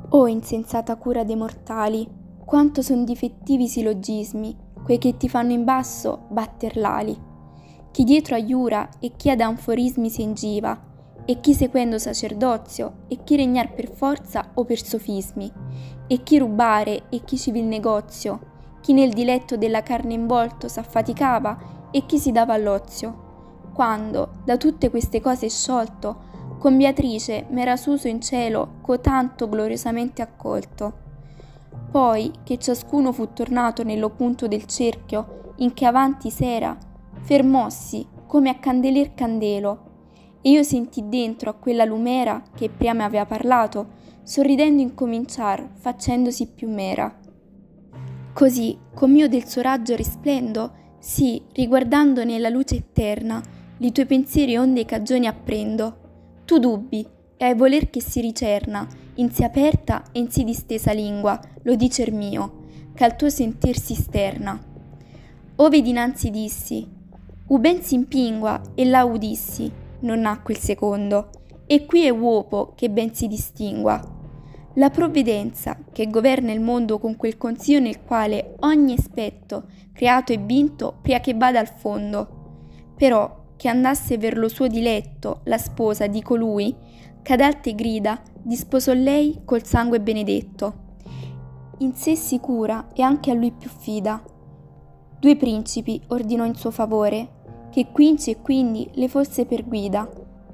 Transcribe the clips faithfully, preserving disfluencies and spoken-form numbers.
Oh insensata cura dei mortali, quanto son difettivi i sillogismi, quei che ti fanno in basso batter l'ali. Chi dietro aiura e chi ad anforismi si ingiva, e chi seguendo sacerdozio, e chi regnar per forza o per sofismi, e chi rubare e chi civil negozio, chi nel diletto della carne involto s'affaticava e chi si dava all'ozio. Quando, da tutte queste cose sciolto, con Beatrice m'era suso in cielo cotanto gloriosamente accolto. Poi, che ciascuno fu tornato nello punto del cerchio in che avanti s'era, fermossi come a candeler candelo, e io sentì dentro a quella lumera che prima aveva parlato, sorridendo incominciar, facendosi più mera. Così, com'io del suo raggio risplendo, sì, riguardando nella luce eterna, li tuoi pensieri onde cagioni apprendo. Tu dubbi, e ai voler che si ricerna, in si aperta e in si distesa lingua, lo dicer mio, ch'al tuo sentir si sterna. Ove dinanzi dissi, u ben s'impingua, e là udissi, non nacque il secondo, e qui è uopo che ben si distingua. La provvidenza, che governa il mondo con quel consiglio nel quale ogni aspetto, creato e vinto, pria che vada al fondo. Però, che andasse ver lo suo diletto, la sposa di colui, c'ad alte grida, disposò lei col sangue benedetto. In sé sicura e anche a lui più fida. Due principi ordinò in suo favore, che quinci e quindi le fosse per guida.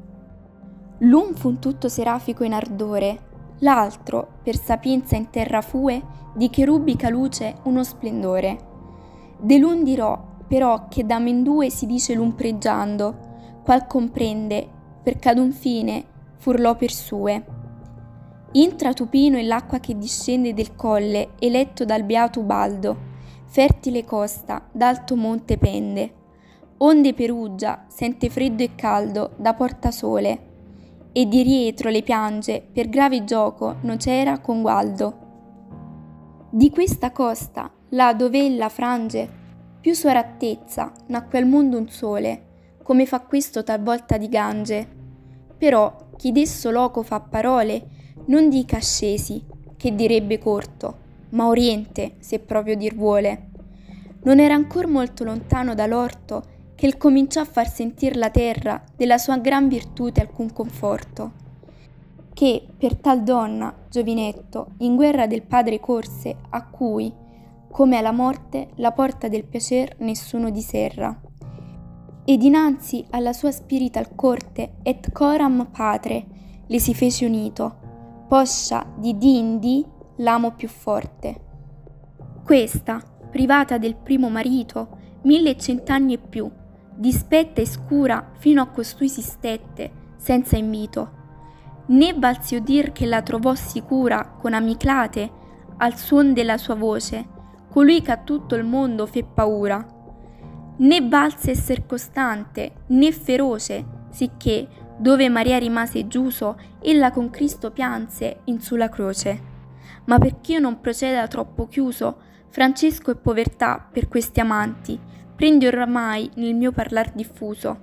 L'un fu tutto serafico in ardore, l'altro, per sapienza in terra fue, di cherubica luce uno splendore. De l'un dirò, però, che da men due si dice l'un pregiando, qual comprende, per c'ad un fine, furlò per sue. Intra Tupino e l'acqua che discende del colle, eletto dal beato Ubaldo, fertile costa, d'alto monte pende. Onde Perugia sente freddo e caldo da porta sole, e di rietro le piange per grave gioco non c'era con gualdo. Di questa costa, là dove ella frange, più sua rattezza nacque al mondo un sole, come fa questo talvolta di Gange. Però chi d'esso loco fa parole, non dica ascesi, che direbbe corto, ma oriente, se proprio dir vuole. Non era ancor molto lontano da l'orto, che il cominciò a far sentir la terra della sua gran virtute alcun conforto. Che per tal donna, giovinetto, in guerra del padre corse, a cui, come alla morte, la porta del piacer nessuno diserra. E dinanzi alla sua spirital corte, et coram patre, le si fece unito, poscia di dì in dì l'amo più forte. Questa, privata del primo marito, mille e cent'anni e più, dispetta e scura fino a costui si stette, senza invito. Né valsi udir che la trovò sicura con amiclate al suon della sua voce, colui che a tutto il mondo fe paura. Né valse esser costante, né feroce, sicché, dove Maria rimase giuso, ella con Cristo pianse in sulla croce. Ma perch'io non proceda troppo chiuso, Francesco e povertà per questi amanti, prendi oramai nel mio parlar diffuso.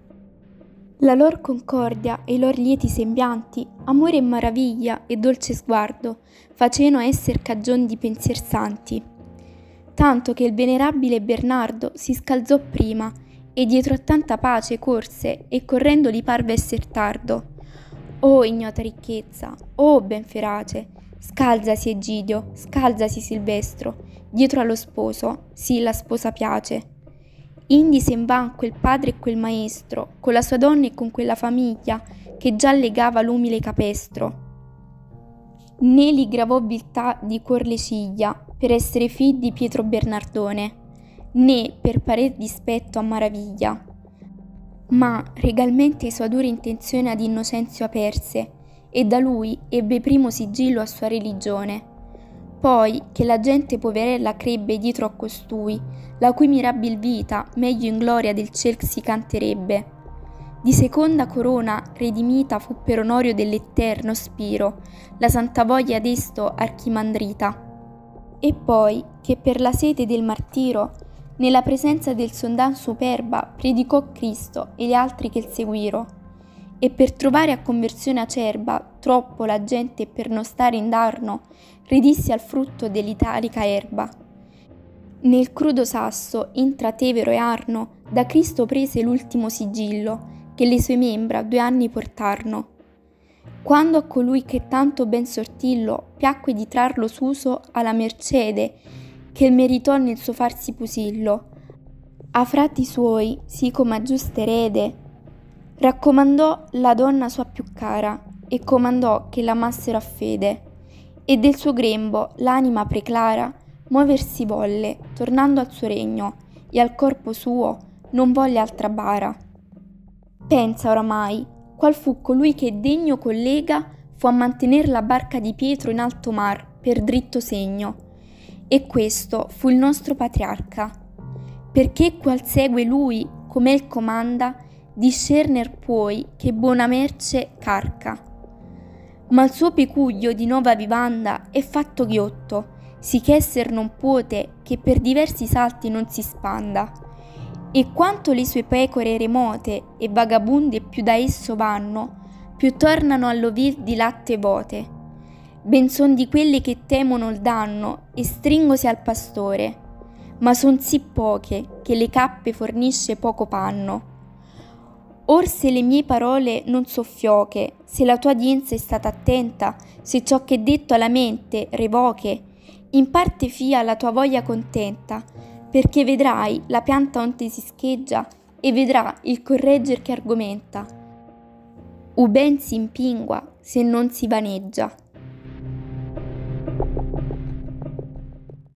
La lor concordia e i lor lieti sembianti, amore e maraviglia e dolce sguardo, faceno esser cagion di pensier santi. Tanto che il venerabile Bernardo si scalzò prima, e dietro a tanta pace corse, e correndo gli parve esser tardo. Oh ignota ricchezza, oh ben ferace, scalzasi Egidio, scalzasi Silvestro, dietro allo sposo, sì la sposa piace. Indi sen van quel padre e quel maestro, con la sua donna e con quella famiglia, che già legava l'umile capestro. Né li gravò viltà di cuor le ciglia, per essere figli di Pietro Bernardone, né per parer dispetto a maraviglia. Ma regalmente sua dura intenzione ad Innocenzio aperse, e da lui ebbe primo sigillo a sua religione. Poi, che la gente poverella crebbe dietro a costui, la cui mirabil vita meglio in gloria del ciel si canterebbe. Di seconda corona redimita fu per onorio dell'eterno Spiro, la santa voglia d'esto Archimandrita. E poi, che per la sete del martiro, nella presenza del sondan superba predicò Cristo e gli altri che il seguiro. e per trovare a conversione acerba troppo la gente per non stare indarno, ridisse al frutto dell'italica erba. Nel crudo sasso, intra Tevero e Arno, da Cristo prese l'ultimo sigillo, che le sue membra due anni portarono. Quando a colui che tanto ben sortillo piacque di trarlo s'uso alla mercede, che il meritò nel suo farsi pusillo, a frati suoi, sì come a giusto erede, raccomandò la donna sua più cara e comandò che l'amassero a fede, e del suo grembo l'anima preclara muoversi volle, tornando al suo regno, e al corpo suo non volle altra bara. Pensa oramai, qual fu colui che degno collega fu a mantener la barca di Pietro in alto mar per dritto segno, e questo fu il nostro patriarca, perché qual segue lui, come il comanda, discerner puoi che buona merce carca. Ma il suo pecuglio di nova vivanda è fatto ghiotto, sì che esser non puote che per diversi salti non si spanda, e quanto le sue pecore remote e vagabonde più da esso vanno, più tornano all'ovir di latte vote. Ben son di quelle che temono il danno e stringosi al pastore, ma son sì poche che le cappe fornisce poco panno. Or se le mie parole non so fioche, se la tua dienza è stata attenta, se ciò che detto alla mente revoche, in parte fia la tua voglia contenta, perché vedrai la pianta onde si scheggia e vedrà il corregger che argomenta. U ben si impingua se non si vaneggia.